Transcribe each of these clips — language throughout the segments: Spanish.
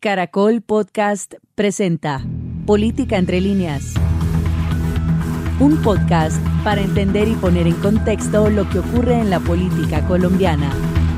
Caracol Podcast presenta Política entre líneas. Un podcast para entender y poner en contexto lo que ocurre en la política colombiana.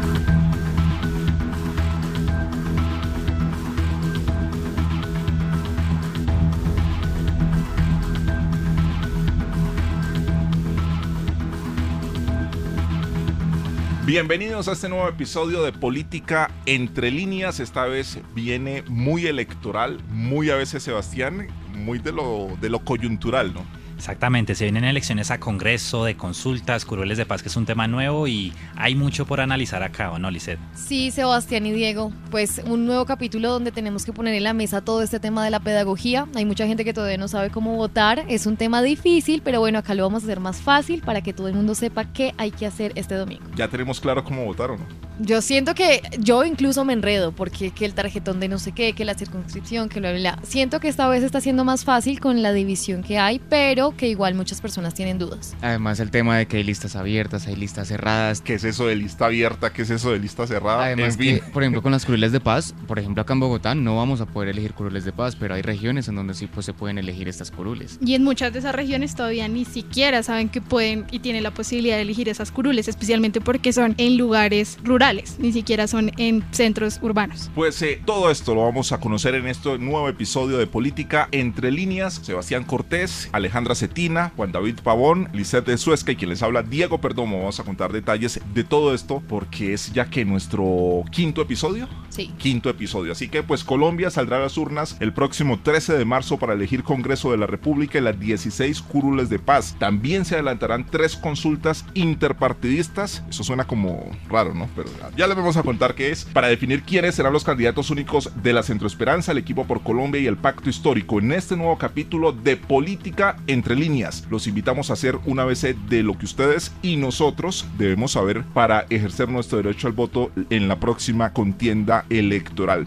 Bienvenidos a este nuevo episodio de Política Entre Líneas. Esta vez viene muy electoral, muy a veces, Sebastián, muy de lo coyuntural, ¿no? Exactamente, se vienen elecciones a Congreso, de consultas, curules de paz, que es un tema nuevo y hay mucho por analizar acá, ¿o no, Lisset? Sí, Sebastián y Diego, pues un nuevo capítulo donde tenemos que poner en la mesa todo este tema de la pedagogía. Hay mucha gente que todavía no sabe cómo votar, es un tema difícil, pero bueno, acá lo vamos a hacer más fácil para que todo el mundo sepa qué hay que hacer este domingo. ¿Ya tenemos claro cómo votar o no? Yo siento que yo incluso me enredo, porque que el tarjetón de no sé qué, que la circunscripción, que bla, bla, bla. Siento que esta vez está siendo más fácil con la división que hay, pero que igual muchas personas tienen dudas. Además el tema de que hay listas abiertas, hay listas cerradas. ¿Qué es eso de lista abierta? ¿Qué es eso de lista cerrada? Además que, por ejemplo, con las curules de paz, por ejemplo acá en Bogotá no vamos a poder elegir curules de paz, pero hay regiones en donde sí pues se pueden elegir estas curules. Y en muchas de esas regiones todavía ni siquiera saben que pueden y tienen la posibilidad de elegir esas curules, especialmente porque son en lugares rurales, ni siquiera son en centros urbanos. Pues todo esto lo vamos a conocer en este nuevo episodio de Política Entre Líneas. Sebastián Cortés, Alejandra Cetina, Juan David Pavón, Lisset de Suezca y quien les habla, Diego Perdomo. Vamos a contar detalles de todo esto porque es ya que nuestro quinto episodio. Sí. Quinto episodio. Así que pues Colombia saldrá a las urnas el próximo 13 de marzo para elegir Congreso de la República y las 16 curules de paz. También se adelantarán 3 consultas interpartidistas. Eso suena como raro, ¿no? Pero ya les vamos a contar qué es. Para definir quiénes serán los candidatos únicos de la Centroesperanza, el Equipo por Colombia y el Pacto Histórico en este nuevo capítulo de Política Entre Líneas. Los invitamos a hacer una ABC de lo que ustedes y nosotros debemos saber para ejercer nuestro derecho al voto en la próxima contienda electoral.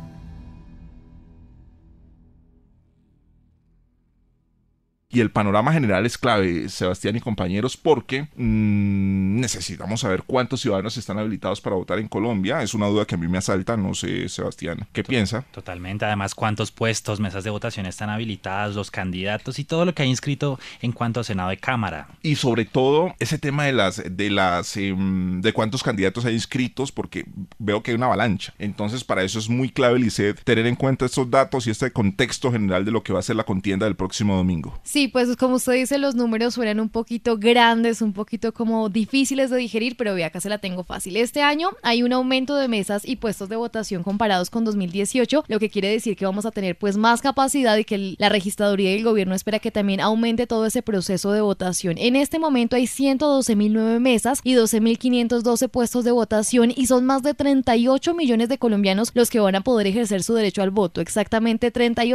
Y el panorama general es clave, Sebastián y compañeros, porque necesitamos saber cuántos ciudadanos están habilitados para votar en Colombia. Es una duda que a mí me asalta, no sé, Sebastián, ¿qué piensa? Totalmente, además cuántos puestos, mesas de votación están habilitadas, los candidatos y todo lo que hay inscrito en cuanto a Senado y Cámara. Y sobre todo ese tema de cuántos candidatos hay inscritos, porque veo que hay una avalancha. Entonces para eso es muy clave, Lisset, tener en cuenta estos datos y este contexto general de lo que va a ser la contienda del próximo domingo. Sí, pues como usted dice, los números suenan un poquito grandes, un poquito como difíciles de digerir, pero acá se la tengo fácil. Este año hay un aumento de mesas y puestos de votación comparados con 2018, lo que quiere decir que vamos a tener pues más capacidad y que la registraduría y el gobierno espera que también aumente todo ese proceso de votación. En este momento hay 112.009 mesas y 12.512 puestos de votación y son más de 38 millones de colombianos los que van a poder ejercer su derecho al voto, exactamente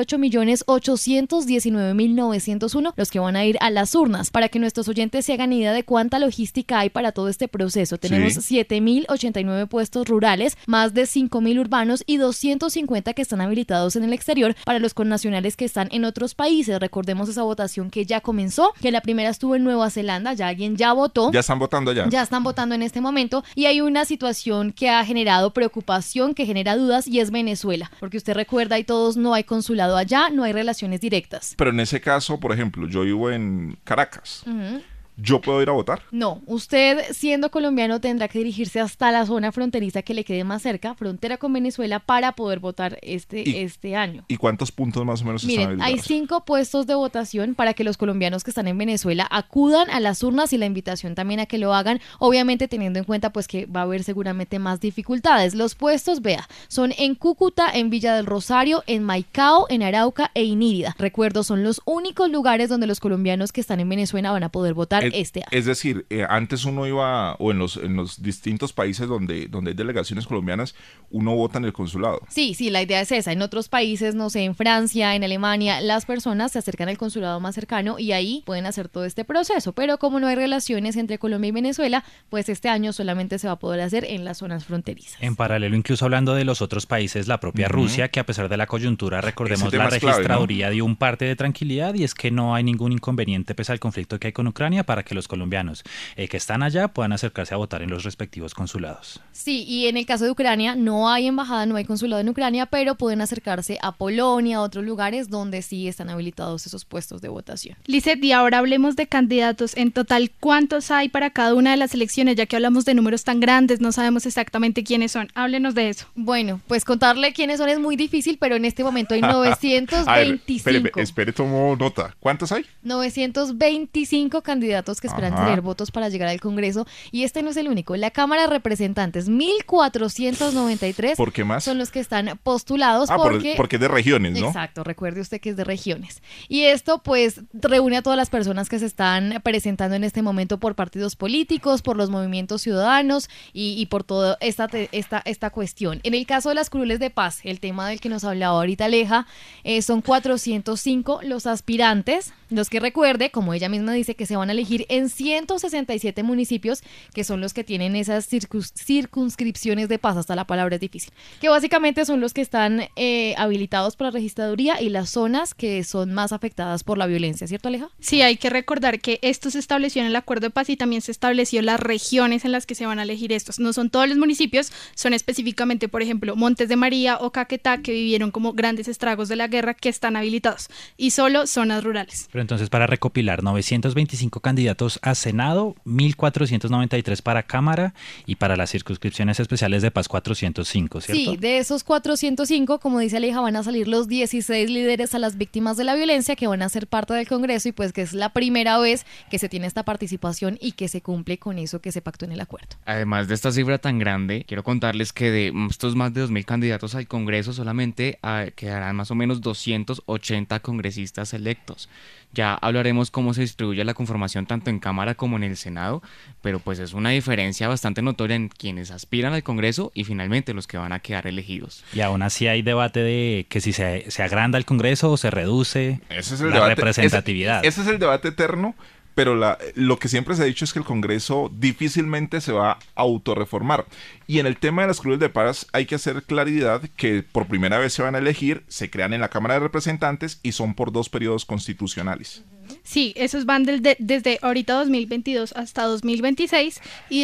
38.819.901 los que van a ir a las urnas. Para que nuestros oyentes se hagan idea de cuánta logística hay para todo este proceso, tenemos 7.089 puestos rurales, más de 5.000 urbanos y 250 que están habilitados en el exterior para los connacionales que están en otros países. Recordemos esa votación que ya comenzó, que la primera estuvo en Nueva Zelanda, ya alguien ya votó. ¿Ya están votando allá? Ya están votando en este momento y hay una situación que ha generado preocupación, que genera dudas y es Venezuela, porque usted recuerda y todos no hay consulado allá, no hay relaciones directas. Pero en ese caso, por ejemplo, yo vivo en Caracas. Uh-huh. ¿Yo puedo ir a votar? No, usted siendo colombiano tendrá que dirigirse hasta la zona fronteriza que le quede más cerca, frontera con Venezuela, para poder votar este año. ¿Y cuántos puntos más o menos están habilitados? Hay 5 puestos de votación para que los colombianos que están en Venezuela acudan a las urnas y la invitación también a que lo hagan, obviamente teniendo en cuenta pues que va a haber seguramente más dificultades. Los puestos, son en Cúcuta, en Villa del Rosario, en Maicao, en Arauca e Inírida. Recuerdo, son los únicos lugares donde los colombianos que están en Venezuela van a poder votar este año. Es decir, antes uno iba, o en los distintos países donde hay delegaciones colombianas, uno vota en el consulado. Sí, la idea es esa. En otros países, no sé, en Francia, en Alemania, las personas se acercan al consulado más cercano y ahí pueden hacer todo este proceso. Pero como no hay relaciones entre Colombia y Venezuela, pues este año solamente se va a poder hacer en las zonas fronterizas. En paralelo, incluso hablando de los otros países, la propia Rusia, que a pesar de la coyuntura, recordemos, la registraduría dio un parte de tranquilidad y es que no hay ningún inconveniente pese al conflicto que hay con Ucrania para para que los colombianos que están allá puedan acercarse a votar en los respectivos consulados. Sí, y en el caso de Ucrania no hay embajada, no hay consulado en Ucrania, pero pueden acercarse a Polonia, a otros lugares donde sí están habilitados esos puestos de votación. Lizeth, y ahora hablemos de candidatos. En total, ¿cuántos hay para cada una de las elecciones? Ya que hablamos de números tan grandes, no sabemos exactamente quiénes son. Háblenos de eso. Bueno, pues contarle quiénes son es muy difícil, pero en este momento hay 925. Espere, tomo nota. ¿Cuántos hay? 925 candidatos que esperan tener votos para llegar al Congreso, y este no es el único. La Cámara de Representantes, 1493. ¿Por qué más? Son los que están postulados porque es de regiones, ¿no? Exacto, recuerde usted que es de regiones. Y esto pues reúne a todas las personas que se están presentando en este momento por partidos políticos, por los movimientos ciudadanos y por toda esta cuestión. En el caso de las curules de paz, el tema del que nos hablaba ahorita Aleja, son 405 los aspirantes, los que recuerde, como ella misma dice, que se van a elegir en 167 municipios, que son los que tienen esas circunscripciones de paz, hasta la palabra es difícil, que básicamente son los que están habilitados por la registraduría y las zonas que son más afectadas por la violencia, ¿cierto, Aleja? Sí, hay que recordar que esto se estableció en el Acuerdo de Paz y también se estableció las regiones en las que se van a elegir estos. No son todos los municipios, son específicamente, por ejemplo, Montes de María o Caquetá, que vivieron como grandes estragos de la guerra, que están habilitados, y solo zonas rurales. Pero entonces, para recopilar, 925 candidatos a Senado, 1.493 para Cámara, y para las circunscripciones especiales de paz 405, ¿cierto? Sí, de esos 405, como dice Aleja, van a salir los 16 líderes a las víctimas de la violencia, que van a ser parte del Congreso, y pues que es la primera vez que se tiene esta participación y que se cumple con eso que se pactó en el acuerdo. Además de esta cifra tan grande, quiero contarles que de estos más de 2.000 candidatos al Congreso solamente quedarán más o menos 280 congresistas electos. Ya hablaremos cómo se distribuye la conformación tanto en Cámara como en el Senado, pero pues es una diferencia bastante notoria en quienes aspiran al Congreso y finalmente los que van a quedar elegidos. Y aún así hay debate de que si se agranda el Congreso o se reduce representatividad. Ese es el debate eterno. Pero lo que siempre se ha dicho es que el Congreso difícilmente se va a autorreformar. Y en el tema de las curules de paz hay que hacer claridad que por primera vez se van a elegir, se crean en la Cámara de Representantes y son por 2 periodos constitucionales. Sí, esos van desde ahorita 2022 hasta 2026 y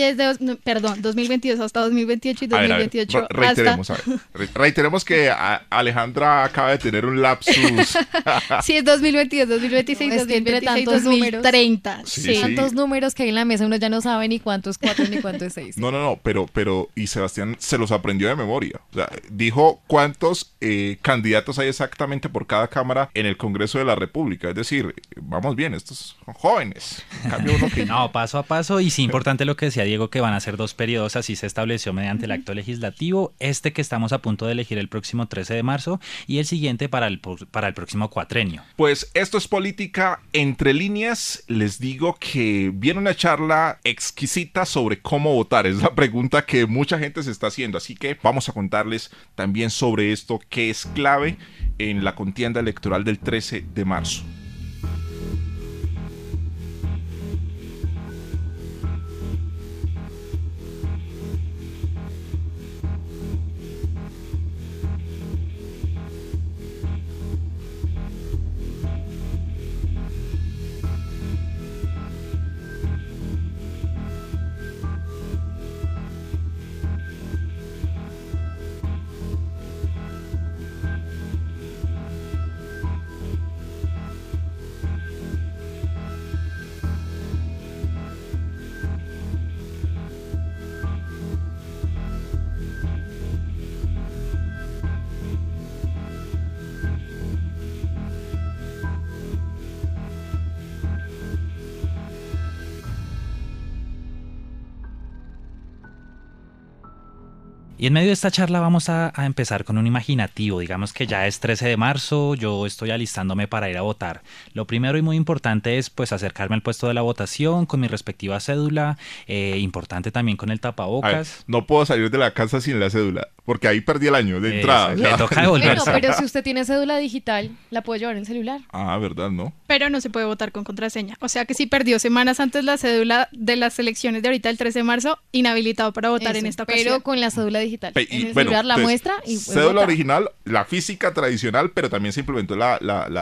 2022 hasta 2028 y 2028 reiteremos que Alejandra acaba de tener un lapsus. Sí, es 2022, 2026, 2026, 2030. Sí. Tantos números que hay en la mesa, uno ya no sabe ni cuánto es 4 ni cuánto es 6. No, pero y Sebastián se los aprendió de memoria. O sea, dijo cuántos candidatos hay exactamente por cada cámara en el Congreso de la República. Es decir, vamos bien, estos son jóvenes. No, paso a paso, y sí, importante lo que decía Diego, que van a ser 2 periodos, así se estableció mediante el acto legislativo, este que estamos a punto de elegir el próximo 13 de marzo y el siguiente para el próximo cuatrenio. Pues esto es política entre líneas. Les digo que viene una charla exquisita sobre cómo votar, es la pregunta que mucha gente se está haciendo, así que vamos a contarles también sobre esto que es clave en la contienda electoral del 13 de marzo. Y en medio de esta charla vamos a empezar con un imaginativo. Digamos que ya es 13 de marzo, yo estoy alistándome para ir a votar. Lo primero y muy importante es pues acercarme al puesto de la votación con mi respectiva cédula, importante también con el tapabocas. No puedo salir de la casa sin la cédula. porque ahí perdí el año de entrada. Le toca devolverse. Bueno, pero si usted tiene cédula digital, la puede llevar en el celular. Ah, ¿verdad? ¿No? Pero no se puede votar con contraseña. O sea que si perdió semanas antes la cédula de las elecciones de ahorita el 13 de marzo, inhabilitado para votar Eso, en esta ocasión. pero con la cédula digital. Y, En el bueno, celular la entonces, muestra y puede cédula votar. original, la física tradicional, pero también se implementó La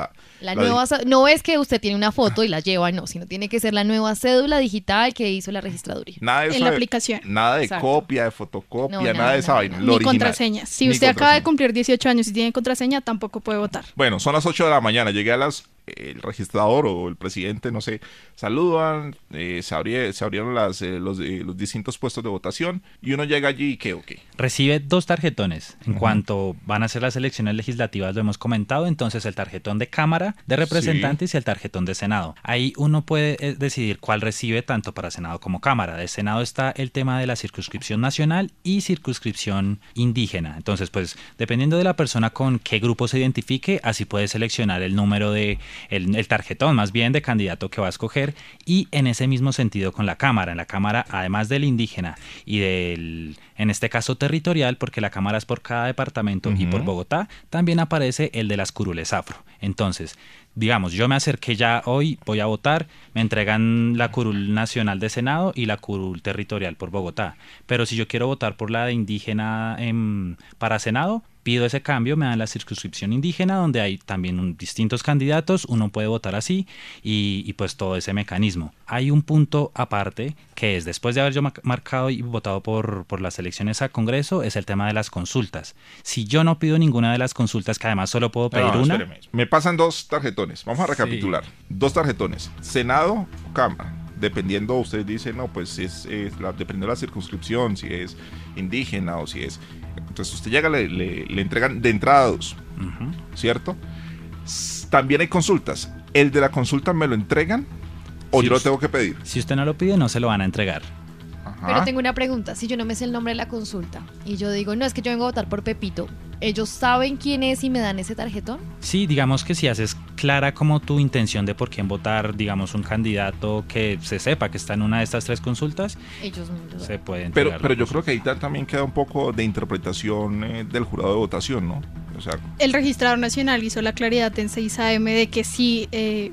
nueva, no es que usted tiene una foto y la lleva, no, sino tiene que ser la nueva cédula digital que hizo la registraduría. nada de eso en la de- aplicación. Nada de Exacto. copia, de fotocopia, No, nada, nada, de esa nada, vaina. nada. Lo Ni original. contraseña. Si Ni usted acaba de contraseña. cumplir 18 años y tiene contraseña, tampoco puede votar. Bueno, son las 8 de la mañana, llegué a el registrador o el presidente, no sé, saludan, se abrieron los distintos puestos de votación y uno llega allí y ¿qué o qué? Recibe 2 tarjetones. En cuanto van a ser las elecciones legislativas, lo hemos comentado, entonces el tarjetón de Cámara de Representantes y el tarjetón de Senado. Ahí uno puede decidir cuál recibe tanto para Senado como Cámara. De Senado está el tema de la circunscripción nacional y circunscripción indígena. Entonces, pues, dependiendo de la persona con qué grupo se identifique, así puede seleccionar el número de el tarjetón, más bien, de candidato que va a escoger, y en ese mismo sentido con la Cámara. En la Cámara, además del indígena y del, en este caso, territorial, porque la Cámara es por cada departamento y por Bogotá, también aparece el de las curules afro. Entonces, digamos, yo me acerqué ya hoy, voy a votar, me entregan la curul nacional de Senado y la curul territorial por Bogotá. Pero si yo quiero votar por la de indígena para Senado, pido ese cambio, me dan la circunscripción indígena, donde hay también distintos candidatos, uno puede votar así y pues todo ese mecanismo. Hay un punto aparte que es, después de haber yo marcado y votado por las elecciones a Congreso, es el tema de las consultas. Si yo no pido ninguna de las consultas, que además solo puedo pedir una... Espéreme. Me pasan 2 tarjetones, vamos a recapitular. 2 tarjetones, Senado, Cámara. Dependiendo, usted dice, no, pues dependiendo de la circunscripción, si es indígena o si es... Entonces usted llega, le entregan de entrada 2, ¿cierto? También hay consultas. ¿El de la consulta me lo entregan o Sí, yo lo tengo que pedir? Si usted no lo pide, no se lo van a entregar. Ajá. Pero tengo una pregunta, si yo no me sé el nombre de la consulta y yo digo, no, es que yo vengo a votar por Pepito, ¿ellos saben quién es y me dan ese tarjetón? Sí, digamos que si haces clara como tu intención de por quién votar, digamos un candidato que se sepa que está en una de estas 3 consultas, Ellos me lo dan. se puede entregar. Pero yo creo que ahí también queda un poco de interpretación del jurado de votación, ¿no? O sea, El registrador nacional hizo la claridad en 6 AM de que si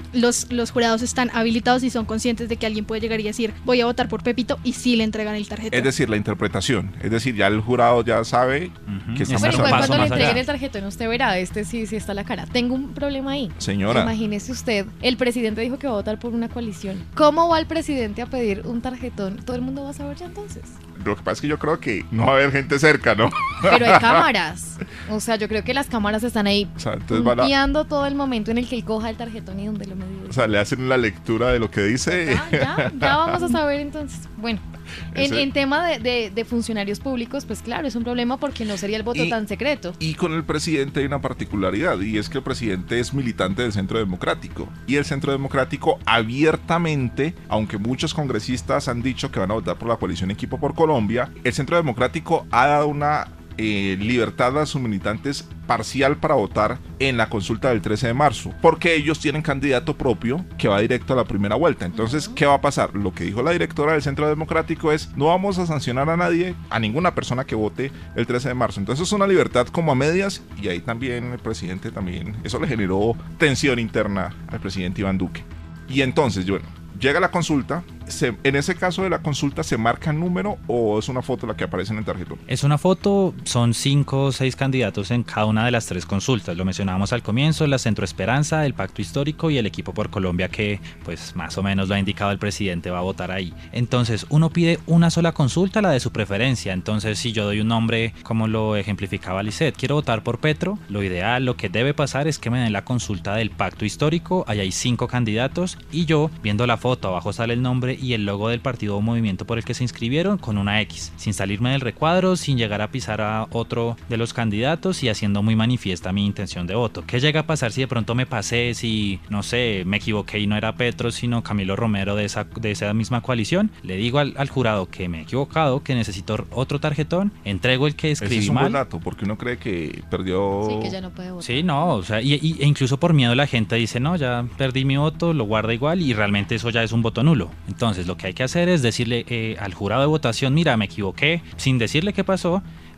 los jurados están habilitados y son conscientes de que alguien puede llegar y decir voy a votar por Pepito y sí le entregan el tarjetón. es decir, la interpretación. Es decir, ya el jurado ya sabe que Ese estamos Bueno, es un igual paso cuando le más allá. entreguen el tarjetón usted verá, sí está la cara. Tengo un problema ahí. Señora. Imagínese usted, el presidente dijo que va a votar por una coalición. ¿Cómo va el presidente a pedir un tarjetón? Todo el mundo va a saber ya entonces. Lo que pasa es que yo creo que no va a haber gente cerca, ¿no? Pero hay cámaras. O sea, yo creo que las cámaras están ahí O sea, entonces van a, punteando todo el momento en el que él coja el tarjetón y donde lo medió. o sea, le hacen la lectura de lo que dice. Ya vamos a saber entonces. Bueno, Ese- en tema de funcionarios públicos, pues claro, es un problema porque no sería el voto Y- tan secreto. Y con el presidente hay una particularidad, y es que el presidente es militante del Centro Democrático. Y el Centro Democrático abiertamente, aunque muchos congresistas han dicho que van a votar por la coalición Equipo por Colombia, el Centro Democrático ha dado una libertad a sus militantes parcial para votar en la consulta del 13 de marzo, porque ellos tienen candidato propio que va directo a la primera vuelta. Entonces, ¿qué va a pasar? Lo que dijo la directora del Centro Democrático es, no vamos a sancionar a nadie, a ninguna persona que vote el 13 de marzo. Entonces es una libertad como a medias, y ahí también el presidente eso le generó tensión interna al presidente Iván Duque. Y entonces, bueno, llega la consulta, en ese caso de la consulta, ¿se marca número o es una foto la que aparece en el tarjetón? Es una foto, son 5 o 6 candidatos en cada una de las 3 consultas. Lo mencionábamos al comienzo, la Centro Esperanza, el Pacto Histórico y el Equipo por Colombia, que pues más o menos lo ha indicado el presidente, va a votar ahí. Entonces uno pide una sola consulta, la de su preferencia. Entonces si yo doy un nombre como lo ejemplificaba Lisette, quiero votar por Petro, lo ideal, lo que debe pasar es que me den la consulta del Pacto Histórico, ahí hay 5 candidatos y yo, viendo la foto, abajo sale el nombre y el logo del partido o movimiento por el que se inscribieron con una X, sin salirme del recuadro, sin llegar a pisar a otro de los candidatos y haciendo muy manifiesta mi intención de voto. ¿Qué llega a pasar si de pronto me pasé, si no sé, me equivoqué y no era Petro sino Camilo Romero de esa misma coalición? Le digo al jurado que me he equivocado, que necesito otro tarjetón, entrego el que escribí Ese es un buen mal. dato, porque uno cree que perdió... Sí, que ya no puede votar. Sí, no, o sea, e incluso por miedo la gente dice, no, ya perdí mi voto, lo guarda igual y realmente eso ya es un voto nulo. Entonces lo que hay que hacer es decirle al jurado de votación, mira, me equivoqué, sin decirle qué pasó,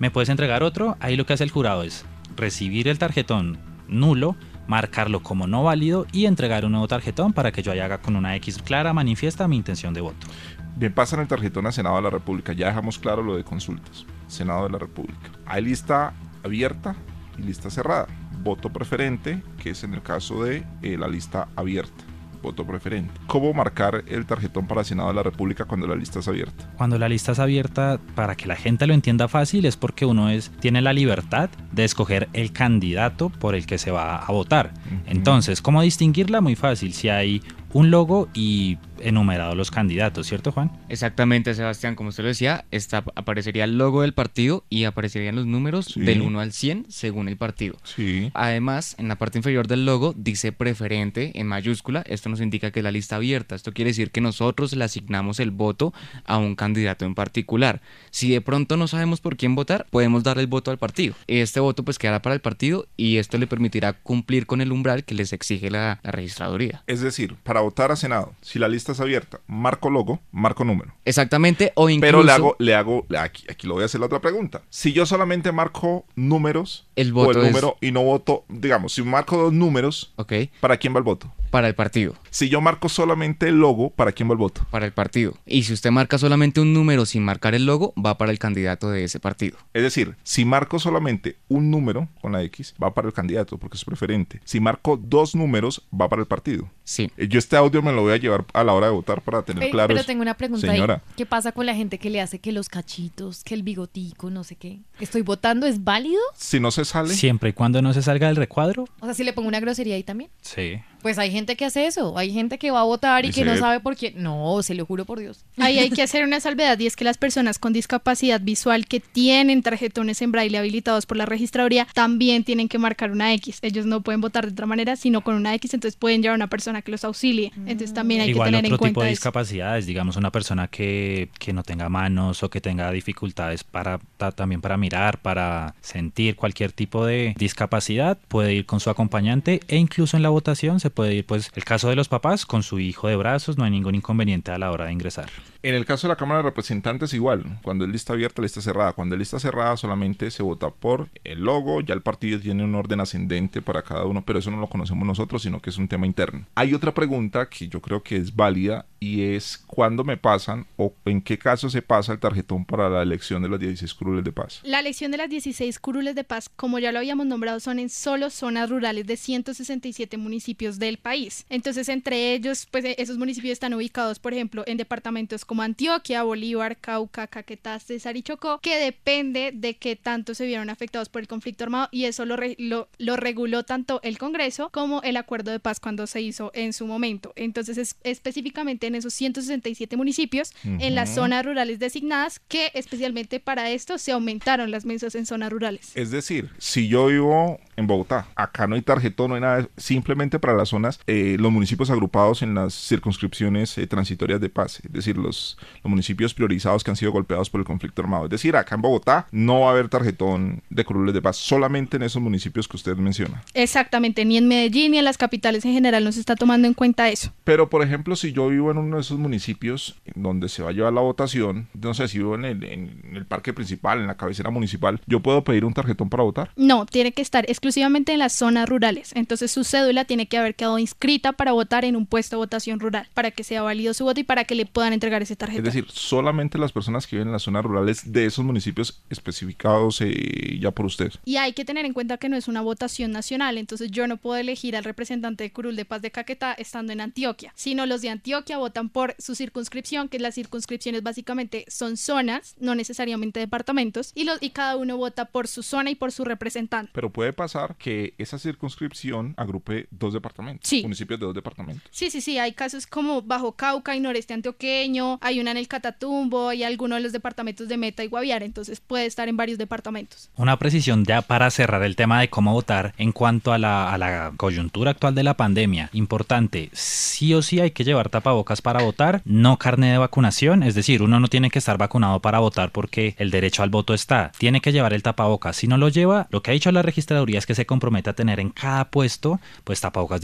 ¿Me puedes entregar otro? Ahí lo que hace el jurado es recibir el tarjetón nulo, marcarlo como no válido y entregar un nuevo tarjetón para que yo ahí haga con una X clara, manifiesta mi intención de voto. Bien, pasan el tarjetón a Senado de la República. Ya dejamos claro lo de consultas. Senado de la República. Hay lista abierta y lista cerrada. Voto preferente, que es en el caso de la lista abierta. Voto preferente. ¿Cómo marcar el tarjetón para Senado de la República cuando la lista es abierta? Cuando la lista es abierta, para que la gente lo entienda fácil, es porque uno tiene la libertad de escoger el candidato por el que se va a votar. Entonces, ¿cómo distinguirla? Muy fácil. Si hay un logo y enumerados los candidatos, ¿cierto, Juan? Exactamente, Sebastián, como usted lo decía, aparecería el logo del partido y aparecerían los números del 1 al 100 según el partido. Sí. Además, en la parte inferior del logo dice preferente en mayúscula. Esto nos indica que es la lista abierta. Esto quiere decir que nosotros le asignamos el voto a un candidato en particular. Si de pronto no sabemos por quién votar, podemos darle el voto al partido. Este voto pues quedará para el partido y esto le permitirá cumplir con el umbral que les exige la registraduría. Es decir, para votar a Senado, si la lista es abierta, marco logo, marco número. Exactamente, o incluso... Pero le hago aquí lo voy a hacer la otra pregunta. Si yo solamente marco números el voto o el número y no voto, digamos, si marco 2 números, ¿para quién va el voto? Para el partido. Si yo marco solamente el logo, ¿para quién va el voto? Para el partido. Y si usted marca solamente un número sin marcar el logo, va para el candidato de ese partido. Es decir, si marco solamente un número con la X, va para el candidato porque es preferente. Si marco 2 números, va para el partido. Sí. Yo este audio me lo voy a llevar a la hora de votar para tener claro. Pero tengo una pregunta señora. ahí. ¿Qué pasa con la gente que le hace que los cachitos, que el bigotico, no sé qué? ¿Estoy votando? ¿Es válido? Si no se sale. Siempre y cuando no se salga del recuadro. O sea, si le pongo una grosería ahí también. Sí. Pues hay gente que hace eso, hay gente que va a votar y que no sabe por qué. No, se lo juro por Dios. Ahí hay que hacer una salvedad y es que las personas con discapacidad visual que tienen tarjetones en braille habilitados por la registraduría también tienen que marcar una X. Ellos no pueden votar de otra manera sino con una X, entonces pueden llevar a una persona que los auxilie. Entonces también hay Igual que tener en otro cuenta tipo de eso. discapacidades, digamos una persona que no tenga manos o que tenga dificultades también para mirar, para sentir, cualquier tipo de discapacidad, puede ir con su acompañante e incluso en la votación se puede ir, pues el caso de los papás, con su hijo de brazos, no hay ningún inconveniente a la hora de ingresar. En el caso de la Cámara de Representantes igual, cuando es lista abierta, lista cerrada. Cuando es lista cerrada solamente se vota por el logo, ya el partido tiene un orden ascendente para cada uno, pero eso no lo conocemos nosotros, sino que es un tema interno. Hay otra pregunta que yo creo que es válida y es ¿cuándo me pasan o en qué caso se pasa el tarjetón para la elección de las 16 curules de paz? La elección de las 16 curules de paz, como ya lo habíamos nombrado, son en solo zonas rurales de 167 municipios del país. Entonces, entre ellos, pues esos municipios están ubicados, por ejemplo, en departamentos como Antioquia, Bolívar, Cauca, Caquetá, Cesar y Chocó, que depende de qué tanto se vieron afectados por el conflicto armado y eso lo reguló tanto el Congreso como el acuerdo de paz cuando se hizo en su momento. Entonces, es específicamente en esos 167 municipios, en las zonas rurales designadas, que especialmente para esto se aumentaron las mesas en zonas rurales. Es decir, si yo vivo en Bogotá, acá no hay tarjetón, no hay nada, simplemente para las zonas, los municipios agrupados en las circunscripciones transitorias de paz, es decir, los municipios priorizados que han sido golpeados por el conflicto armado. Es decir, acá en Bogotá no va a haber tarjetón de curules de paz, solamente en esos municipios que usted menciona. Exactamente, ni en Medellín ni en las capitales en general no se está tomando en cuenta eso. Pero, por ejemplo, si yo vivo en uno de esos municipios donde se va a llevar la votación, no sé, si vivo en el parque principal, en la cabecera municipal, ¿yo puedo pedir un tarjetón para votar? No, tiene que estar exclusivamente en las zonas rurales. Entonces su cédula tiene que haber quedado inscrita para votar en un puesto de votación rural, para que sea válido su voto y para que le puedan entregar ese tarjetón. Es decir, solamente las personas que viven en las zonas rurales de esos municipios especificados ya por usted. Y hay que tener en cuenta que no es una votación nacional, entonces yo no puedo elegir al representante de Curul de Paz de Caquetá estando en Antioquia, sino los de Antioquia votan por su circunscripción, que las circunscripciones básicamente son zonas, no necesariamente departamentos, y cada uno vota por su zona y por su representante. Pero puede pasar que esa circunscripción agrupe 2 departamentos, sí. Municipios de 2 departamentos. Sí, hay casos como Bajo Cauca y Noreste Antioqueño, hay una en el Catatumbo, hay alguno en los departamentos de Meta y Guaviare, entonces puede estar en varios departamentos. Una precisión ya para cerrar el tema de cómo votar en cuanto a la coyuntura actual de la pandemia. Importante, sí o sí hay que llevar tapabocas para votar, no carné de vacunación, es decir, uno no tiene que estar vacunado para votar porque el derecho al voto está, tiene que llevar el tapabocas. Si no lo lleva, lo que ha dicho la registraduría es que se compromete a tener en cada puesto pues tapabocas disponibles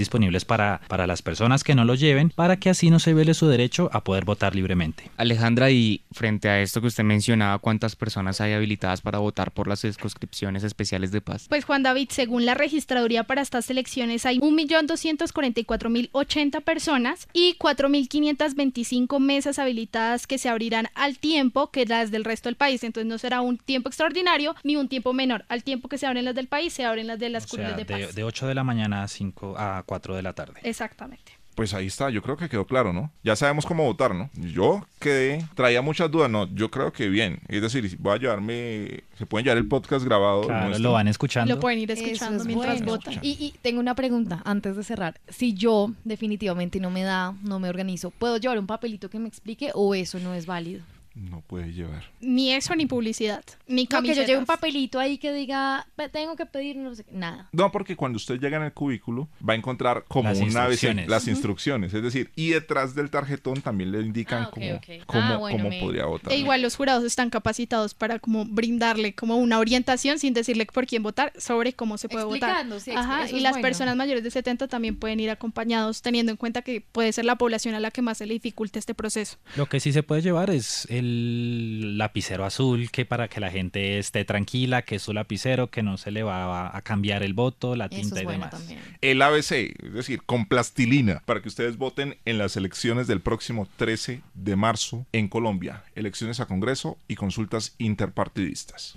disponibles para las personas que no lo lleven, para que así no se viole su derecho a poder votar libremente. Alejandra, y frente a esto que usted mencionaba, ¿cuántas personas hay habilitadas para votar por las circunscripciones especiales de paz? Pues Juan David, según la registraduría para estas elecciones hay 1.244.080 personas y 4.525 mesas habilitadas que se abrirán al tiempo que las del resto del país. Entonces no será un tiempo extraordinario ni un tiempo menor. Al tiempo que se abren las del país, se abren las de las curules de paz. De 8 de la mañana a 4 de la tarde. Exactamente. Pues ahí está, yo creo que quedó claro, ¿no? Ya sabemos cómo votar, ¿no? Yo traía muchas dudas, no, yo creo que bien. Es decir, voy a llevarme, se pueden llevar el podcast grabado. Claro, lo van escuchando. Lo pueden ir escuchando mientras votan. Y tengo una pregunta antes de cerrar. Si yo definitivamente no me organizo, ¿puedo llevar un papelito que me explique o eso no es válido? No puede llevar. Ni eso, ni publicidad, ni No, que camisetas. yo lleve un papelito ahí que diga, tengo que pedir, no sé, nada. No, porque cuando usted llega en el cubículo va a encontrar como Las una vez instrucciones. las instrucciones, es decir, y detrás del tarjetón también le indican Ok. cómo Bueno, podría votar. E igual los jurados están capacitados para como brindarle como una orientación sin decirle por quién votar, sobre cómo se puede votar. Explicando, sí, Ajá, eso y es las bueno. personas mayores de 70 también pueden ir acompañados, teniendo en cuenta que puede ser la población a la que más se le dificulte este proceso. Lo que sí se puede llevar es el lapicero azul, que para que la gente esté tranquila, que es su lapicero, que no se le va a cambiar el voto, la Eso tinta es y bueno demás. también. El ABC, es decir, con plastilina, para que ustedes voten en las elecciones del próximo 13 de marzo en Colombia, elecciones a Congreso y consultas interpartidistas.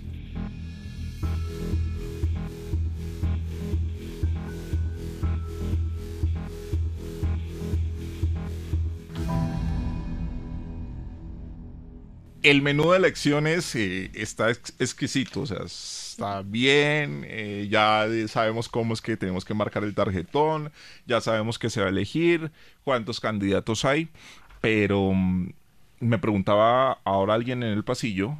El menú de elecciones está exquisito, o sea, está bien, sabemos cómo es que tenemos que marcar el tarjetón, ya sabemos qué se va a elegir, cuántos candidatos hay, pero me preguntaba ahora alguien en el pasillo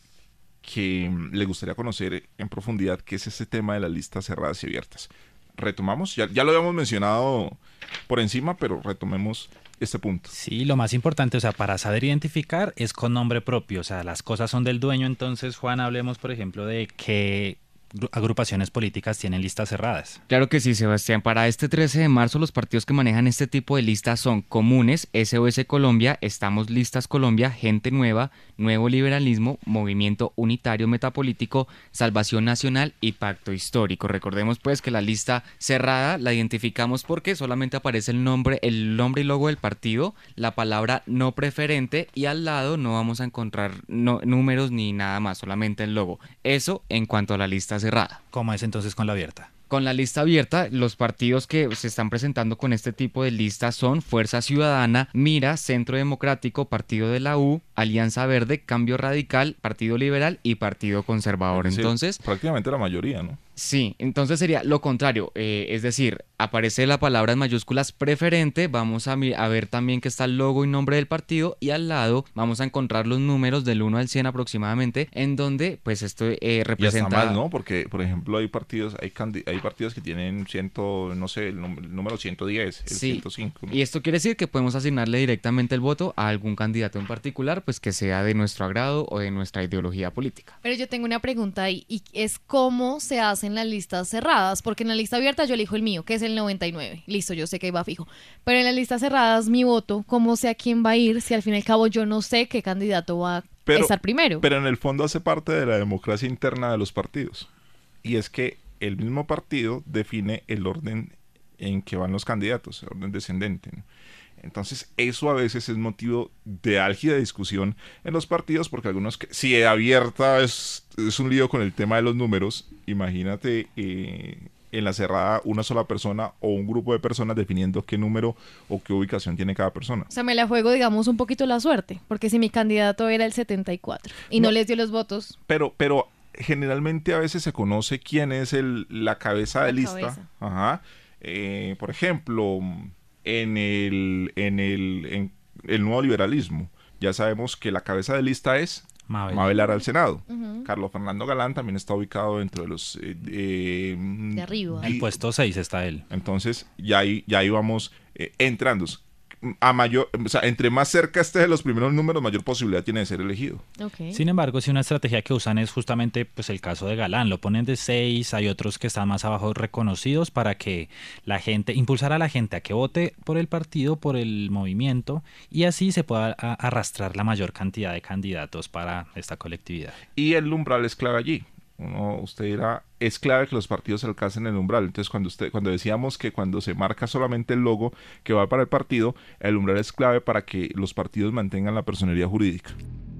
que le gustaría conocer en profundidad qué es ese tema de las listas cerradas y abiertas. Retomamos, ya lo habíamos mencionado por encima, pero retomemos este punto. Sí, lo más importante, o sea, para saber identificar es con nombre propio, o sea, las cosas son del dueño. Entonces, Juan, hablemos, por ejemplo, de qué agrupaciones políticas tienen listas cerradas. Claro que sí, Sebastián. Para este 13 de marzo, los partidos que manejan este tipo de listas son Comunes, SOS Colombia, Estamos Listas Colombia, Gente Nueva, Nuevo Liberalismo, Movimiento Unitario Metapolítico, Salvación Nacional y Pacto Histórico. Recordemos pues que la lista cerrada la identificamos porque solamente aparece el nombre y logo del partido, la palabra no preferente y al lado no vamos a encontrar números ni nada más, solamente el logo. Eso en cuanto a la lista cerrada. ¿Cómo es entonces con la abierta? Con la lista abierta, los partidos que se están presentando con este tipo de listas son Fuerza Ciudadana, Mira, Centro Democrático, Partido de la U, Alianza Verde, Cambio Radical, Partido Liberal y Partido Conservador. Sí, entonces, prácticamente la mayoría, ¿no? sí, entonces sería lo contrario, es decir, aparece la palabra en mayúsculas preferente, vamos a ver también que está el logo y nombre del partido y al lado vamos a encontrar los números del 1 al 100 aproximadamente, en donde pues esto representa... Y hasta más, ¿no? Porque, por ejemplo, hay partidos que tienen el número 110, el Sí, 105, ¿no? y esto quiere decir que podemos asignarle directamente el voto a algún candidato en particular, pues que sea de nuestro agrado o de nuestra ideología política. Pero yo tengo una pregunta ahí, y es cómo se hacen las listas cerradas, porque en la lista abierta yo elijo el mío, que es el 99, listo, yo sé que ahí va fijo, pero en las listas cerradas mi voto, ¿cómo sé a quién va a ir si al fin y al cabo yo no sé qué candidato va a estar primero? Pero en el fondo hace parte de la democracia interna de los partidos, y es que el mismo partido define el orden en que van los candidatos, el orden descendente, ¿no? Entonces eso a veces es motivo de álgida discusión en los partidos, porque algunos, si abierta es un lío con el tema de los números, imagínate en la cerrada una sola persona o un grupo de personas definiendo qué número o qué ubicación tiene cada persona. O sea, me la juego, digamos, un poquito la suerte, porque si mi candidato era el 74 y no les dio los votos. Pero generalmente a veces se conoce quién es la cabeza de lista. Cabeza. Ajá. Por ejemplo, en el nuevo liberalismo, ya sabemos que la cabeza de lista es Mabel Lara al Senado. Ujú. Carlos Fernando Galán también está ubicado dentro de los... De arriba. En el puesto 6 está él. Entonces, ya ahí vamos entrando. o sea, entre más cerca esté de los primeros números, mayor posibilidad tiene de ser elegido. Okay. Sin embargo, si una estrategia que usan es justamente pues el caso de Galán, lo ponen de 6, hay otros que están más abajo reconocidos para que la gente, impulsar a la gente a que vote por el partido, por el movimiento, y así se pueda arrastrar la mayor cantidad de candidatos para esta colectividad. Y el umbral es clave allí. Usted dirá, es clave que los partidos alcancen el umbral. Entonces, cuando decíamos que cuando se marca solamente el logo que va para el partido, el umbral es clave para que los partidos mantengan la personería jurídica.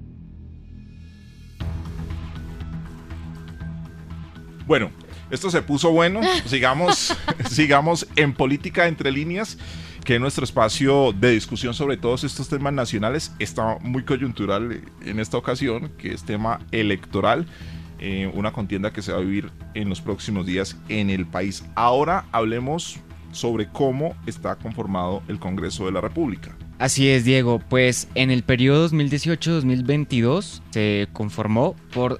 Bueno, esto se puso bueno. Sigamos en Política Entre Líneas, que es nuestro espacio de discusión sobre todos estos temas nacionales. Está muy coyuntural en esta ocasión, que es tema electoral. Una contienda que se va a vivir en los próximos días en el país. Ahora hablemos sobre cómo está conformado el Congreso de la República. Así es, Diego, pues en el periodo 2018-2022 se conformó por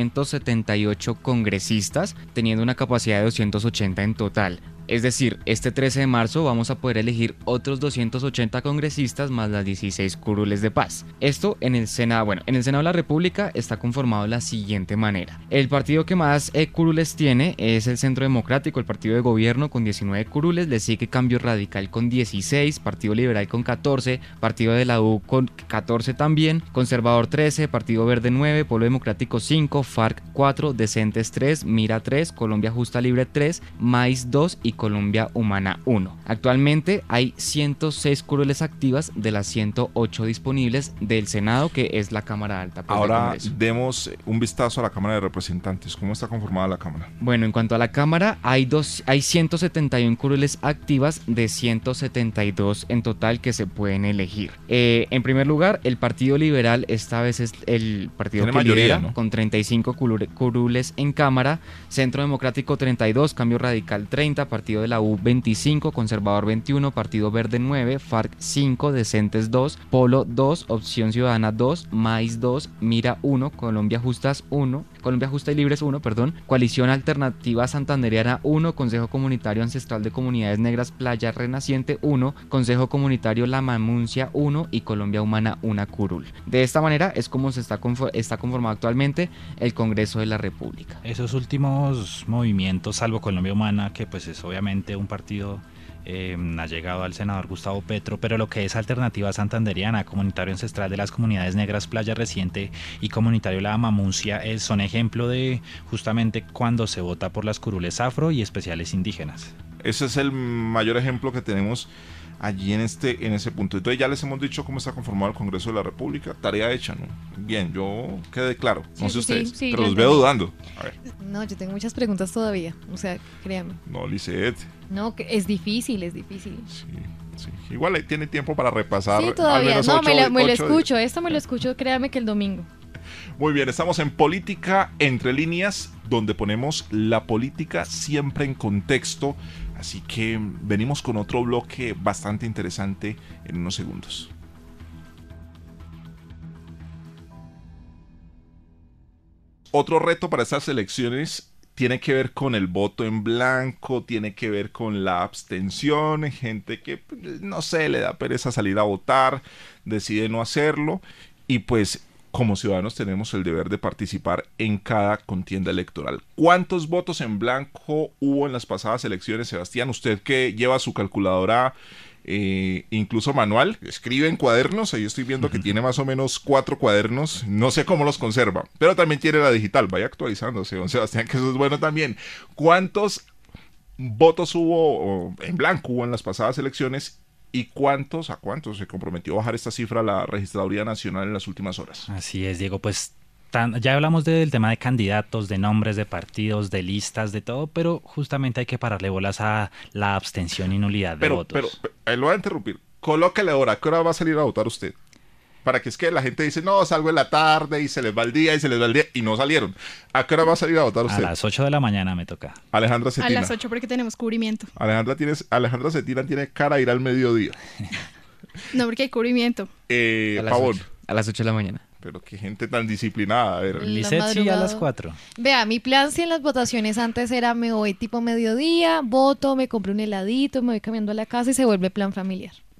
278 congresistas, teniendo una capacidad de 280 en total. Es decir, este 13 de marzo vamos a poder elegir otros 280 congresistas más las 16 curules de paz. Esto en el Senado. Bueno, en el Senado de la República está conformado de la siguiente manera. El partido que más curules tiene es el Centro Democrático, el partido de gobierno con 19 curules, le sigue Cambio Radical con 16, Partido Liberal con 14, Partido de la U con 14 también, Conservador 13, Partido Verde 9, Pueblo Democrático 5, FARC 4, Decentes 3, Mira 3, Colombia Justa Libre 3, Maíz 2 y Colombia Humana 1. Actualmente hay 106 curules activas de las 108 disponibles del Senado, que es la Cámara Alta. Ahora demos un vistazo a la Cámara de Representantes. ¿Cómo está conformada la Cámara? Bueno, en cuanto a la Cámara, hay 171 curules activas de 172 en total que se pueden elegir. En primer lugar, el Partido Liberal esta vez es el partido tiene que mayoría, lidera, ¿no? Con 35 curules en Cámara, Centro Democrático 32, Cambio Radical 30, Partido de la U 25, Conservador 21, Partido Verde 9, FARC 5, Decentes 2, Polo 2, Opción Ciudadana 2, Maíz 2, Mira 1, Colombia Justa y Libres 1, Coalición Alternativa Santandereana 1, Consejo Comunitario Ancestral de Comunidades Negras Playa Renaciente 1, Consejo Comunitario La Mamuncia 1 y Colombia Humana 1 curul. De esta manera es como está conformado actualmente el Congreso de la República. Esos últimos movimientos, salvo Colombia Humana, que pues es obviamente un partido ha llegado al senador Gustavo Petro, pero lo que es Alternativa Santanderiana, Comunitario Ancestral de las Comunidades Negras Playa Reciente y Comunitario La Mamuncia son ejemplo de justamente cuando se vota por las curules afro y especiales indígenas. Ese es el mayor ejemplo que tenemos allí en ese punto. Entonces ya les hemos dicho cómo está conformado el Congreso de la República. Tarea hecha, ¿no? Bien, yo quedé claro. No sé ustedes, sí, pero los veo dudando. A ver. No, yo tengo muchas preguntas todavía, o sea, créame. No, Lisette. No, es difícil. Sí. Igual tiene tiempo para repasar. Sí, todavía. No, me lo escucho. días. Esto me lo escucho, créame que el domingo. Muy bien, estamos en Política Entre Líneas, donde ponemos la política siempre en contexto. Así que venimos con otro bloque bastante interesante en unos segundos. Otro reto para estas elecciones tiene que ver con el voto en blanco, tiene que ver con la abstención, gente que, no sé, le da pereza salir a votar, decide no hacerlo, y pues como ciudadanos tenemos el deber de participar en cada contienda electoral. ¿Cuántos votos en blanco hubo en las pasadas elecciones, Sebastián? Usted que lleva su calculadora incluso manual, escribe en cuadernos, ahí estoy viendo que tiene más o menos 4 cuadernos, no sé cómo los conserva, pero también tiene la digital, vaya actualizándose, don Sebastián, que eso es bueno también. ¿Cuántos votos hubo en blanco hubo en las pasadas elecciones? ¿Y a cuántos se comprometió a bajar esta cifra la Registraduría Nacional en las últimas horas? Así es, Diego, pues ya hablamos del tema de candidatos, de nombres, de partidos, de listas, de todo, pero justamente hay que pararle bolas a la abstención y nulidad de votos. Pero lo voy a interrumpir. Colóquele hora, ¿a qué hora va a salir a votar usted? Para que es que la gente dice, no, salgo en la tarde y se les va el día y no salieron. ¿A qué hora va a salir a votar usted? A las 8 de la mañana me toca. Alejandra Cetina. A las 8 porque tenemos cubrimiento. Alejandra Cetina tiene cara a ir al mediodía. No, porque hay cubrimiento. Pavón. A las 8 de la mañana. Pero qué gente tan disciplinada. A ver. Lisette sí a las 4. Vea, mi plan si en las votaciones antes era me voy tipo mediodía, voto, me compro un heladito, me voy cambiando a la casa y se vuelve plan familiar.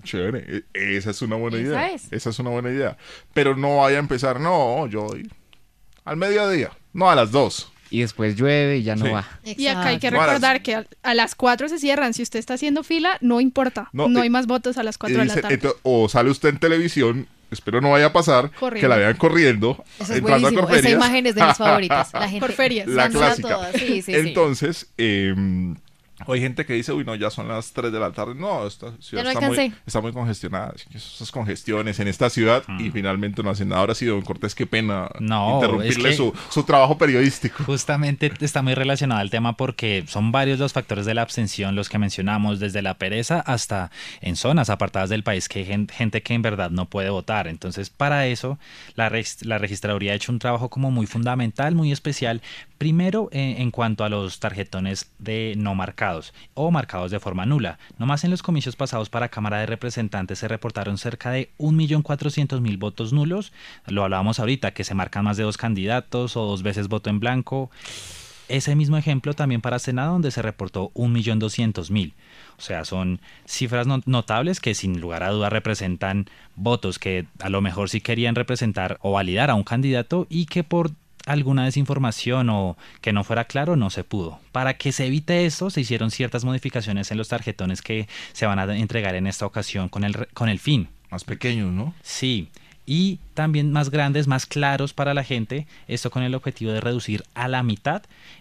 Chévere, esa es una buena idea. Es. Esa es una buena idea. Pero no vaya a empezar, no, yo al mediodía, no a las 2. Y después llueve y ya no Sí. va. Y acá hay que No, a las- recordar que a las 4 se cierran. Si usted está haciendo fila, no importa. No, No hay más votos a las 4 de la tarde. O sale usted en televisión, espero no vaya a pasar, Corriendo. que la vean corriendo, Eso es entrando a buenísimo. Esa Corferias. imagen es de mis favoritas. La gente Corferias. La lanza clásica. todas. Sí, sí, Entonces, hay gente que dice, uy, no, ya son las 3 de la tarde. No, esta ciudad Ya no está, alcancé. está muy congestionada. Esas congestiones en esta ciudad y finalmente no hacen nada. Ahora sí, don Cortés, qué pena No, interrumpirle es que- su trabajo periodístico. Justamente está muy relacionado al tema porque son varios los factores de la abstención los que mencionamos, desde la pereza hasta en zonas apartadas del país que hay gente que en verdad no puede votar. Entonces, para eso, la registraduría ha hecho un trabajo como muy fundamental, muy especial. Primero, en cuanto a los tarjetones de no marcados o marcados de forma nula. Nomás en los comicios pasados para Cámara de Representantes se reportaron cerca de 1.400.000 votos nulos. Lo hablábamos ahorita, que se marcan más de 2 candidatos o 2 veces voto en blanco. Ese mismo ejemplo también para Senado, donde se reportó 1.200.000. O sea, son cifras notables que sin lugar a duda representan votos que a lo mejor sí querían representar o validar a un candidato y que por alguna desinformación o que no fuera claro no se pudo. Para que se evite esto, se hicieron ciertas modificaciones en los tarjetones que se van a entregar en esta ocasión con el fin. Más pequeños, ¿no? Sí, y también más grandes, más claros para la gente, esto con el objetivo de reducir a la mitad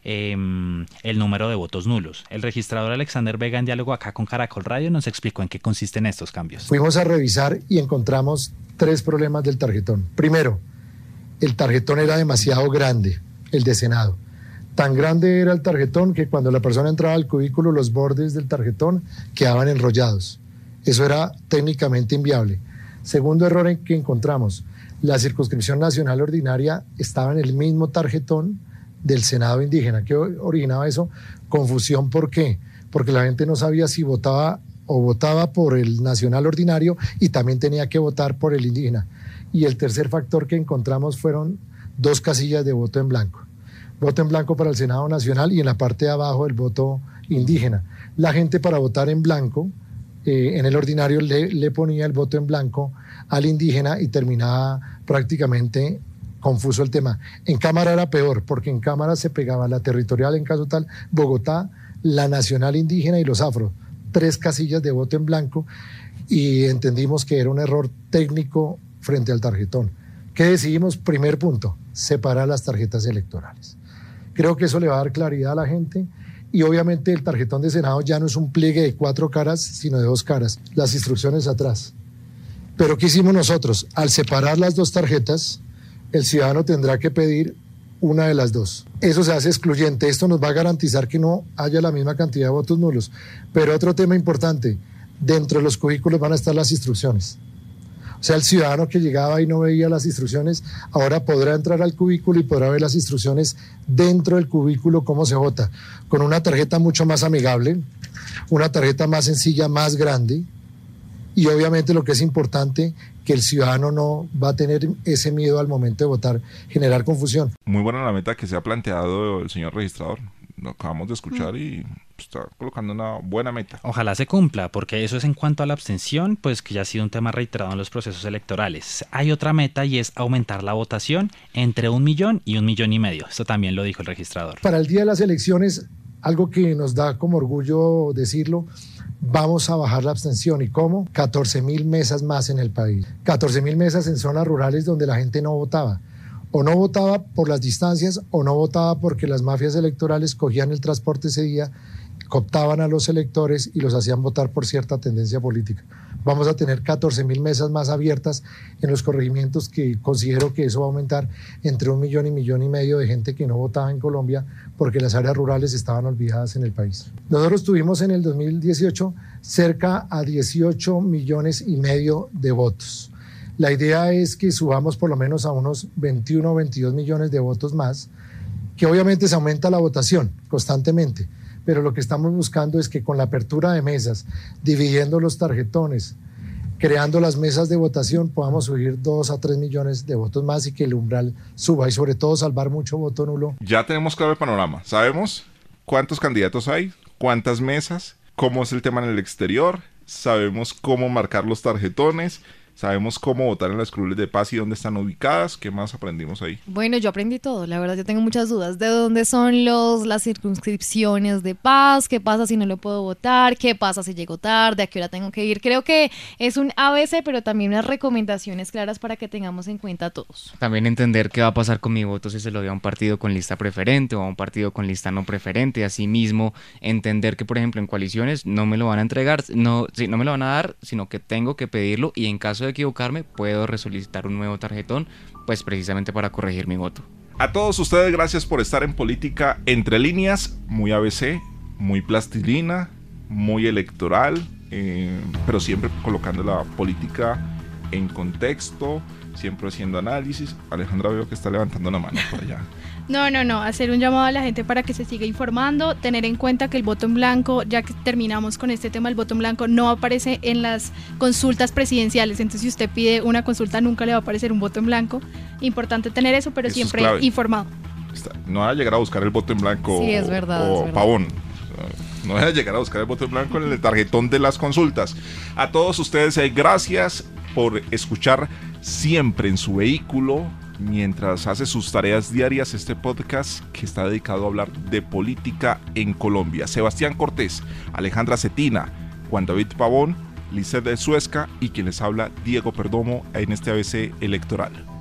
el número de votos nulos. El registrador Alexander Vega, en diálogo acá con Caracol Radio, nos explicó en qué consisten estos cambios. Fuimos a revisar y encontramos 3 problemas del tarjetón. Primero, el tarjetón era demasiado grande, el de Senado. Tan grande era el tarjetón que cuando la persona entraba al cubículo, los bordes del tarjetón quedaban enrollados. Eso era técnicamente inviable. Segundo error en que encontramos, la circunscripción nacional ordinaria estaba en el mismo tarjetón del Senado indígena. ¿Qué originaba eso? Confusión. ¿Por qué? Porque la gente no sabía si votaba o votaba por el nacional ordinario y también tenía que votar por el indígena. Y el tercer factor que encontramos fueron 2 casillas de voto en blanco. Voto en blanco para el Senado Nacional y en la parte de abajo el voto indígena. La gente para votar en blanco, en el ordinario le ponía el voto en blanco al indígena y terminaba prácticamente confuso el tema. En Cámara era peor, porque en Cámara se pegaba la territorial, en caso tal, Bogotá, la nacional indígena y los afro. 3 casillas de voto en blanco y entendimos que era un error técnico frente al tarjetón. ¿Qué decidimos? Primer punto, separar las tarjetas electorales. Creo que eso le va a dar claridad a la gente y obviamente el tarjetón de Senado ya no es un pliegue de 4 caras, sino de 2 caras, las instrucciones atrás. Pero ¿qué hicimos nosotros? Al separar las 2 tarjetas, el ciudadano tendrá que pedir una de las 2. Eso se hace excluyente. Esto nos va a garantizar que no haya la misma cantidad de votos nulos. Pero otro tema importante, dentro de los cubículos van a estar las instrucciones. O sea, el ciudadano que llegaba y no veía las instrucciones, ahora podrá entrar al cubículo y podrá ver las instrucciones dentro del cubículo, cómo se vota, con una tarjeta mucho más amigable, una tarjeta más sencilla, más grande, y obviamente lo que es importante, que el ciudadano no va a tener ese miedo al momento de votar, generar confusión. Muy buena la meta que se ha planteado el señor registrador. Lo acabamos de escuchar y está colocando una buena meta. Ojalá se cumpla, porque eso es en cuanto a la abstención, pues que ya ha sido un tema reiterado en los procesos electorales. Hay otra meta y es aumentar la votación entre 1 millón y 1,5 millones. Esto también lo dijo el registrador. Para el día de las elecciones, algo que nos da como orgullo decirlo, vamos a bajar la abstención. ¿Y cómo? 14.000 mesas más en el país. 14.000 mesas en zonas rurales donde la gente no votaba. O no votaba por las distancias o no votaba porque las mafias electorales cogían el transporte ese día, cooptaban a los electores y los hacían votar por cierta tendencia política. Vamos a tener 14.000 mesas más abiertas en los corregimientos, que considero que eso va a aumentar entre 1 millón y 1,5 millones de gente que no votaba en Colombia porque las áreas rurales estaban olvidadas en el país. Nosotros tuvimos en el 2018 cerca a 18,5 millones de votos. La idea es que subamos por lo menos a unos 21 o 22 millones de votos más, que obviamente se aumenta la votación constantemente, pero lo que estamos buscando es que con la apertura de mesas, dividiendo los tarjetones, creando las mesas de votación, podamos subir 2 a 3 millones de votos más y que el umbral suba y sobre todo salvar mucho voto nulo. Ya tenemos claro el panorama. Sabemos cuántos candidatos hay, cuántas mesas, cómo es el tema en el exterior, sabemos cómo marcar los tarjetones, sabemos cómo votar en las curules de paz y dónde están ubicadas. ¿Qué más aprendimos ahí? Bueno, yo aprendí todo, la verdad yo tengo muchas dudas. ¿De dónde son las circunscripciones de paz? ¿Qué pasa si no lo puedo votar? ¿Qué pasa si llego tarde? ¿A qué hora tengo que ir? Creo que es un ABC, pero también unas recomendaciones claras para que tengamos en cuenta todos. También entender qué va a pasar con mi voto si se lo doy a un partido con lista preferente o a un partido con lista no preferente. Asimismo, entender que, por ejemplo, en coaliciones no me lo van a entregar, no me lo van a dar, sino que tengo que pedirlo, y en caso de equivocarme puedo resolicitar un nuevo tarjetón, pues precisamente para corregir mi voto. A todos ustedes, gracias por estar en Política Entre Líneas, muy ABC, muy plastilina, muy electoral, pero siempre colocando la política en contexto, siempre haciendo análisis. Alejandra, veo que está levantando la mano por allá. No, hacer un llamado a la gente para que se siga informando, tener en cuenta que el voto en blanco, ya que terminamos con este tema, el voto en blanco no aparece en las consultas presidenciales, entonces si usted pide una consulta nunca le va a aparecer un voto en blanco. Importante tener eso, pero Eso siempre informado. No va a llegar a buscar el voto en blanco, sí, es verdad, o pavón. No va a llegar a buscar el voto en blanco en el tarjetón de las consultas. A todos ustedes, gracias por escuchar siempre en su vehículo, mientras hace sus tareas diarias, este podcast que está dedicado a hablar de política en Colombia. Sebastián Cortés, Alejandra Cetina, Juan David Pavón, Lizeth de Suezca y quien les habla, Diego Perdomo, en este ABC electoral.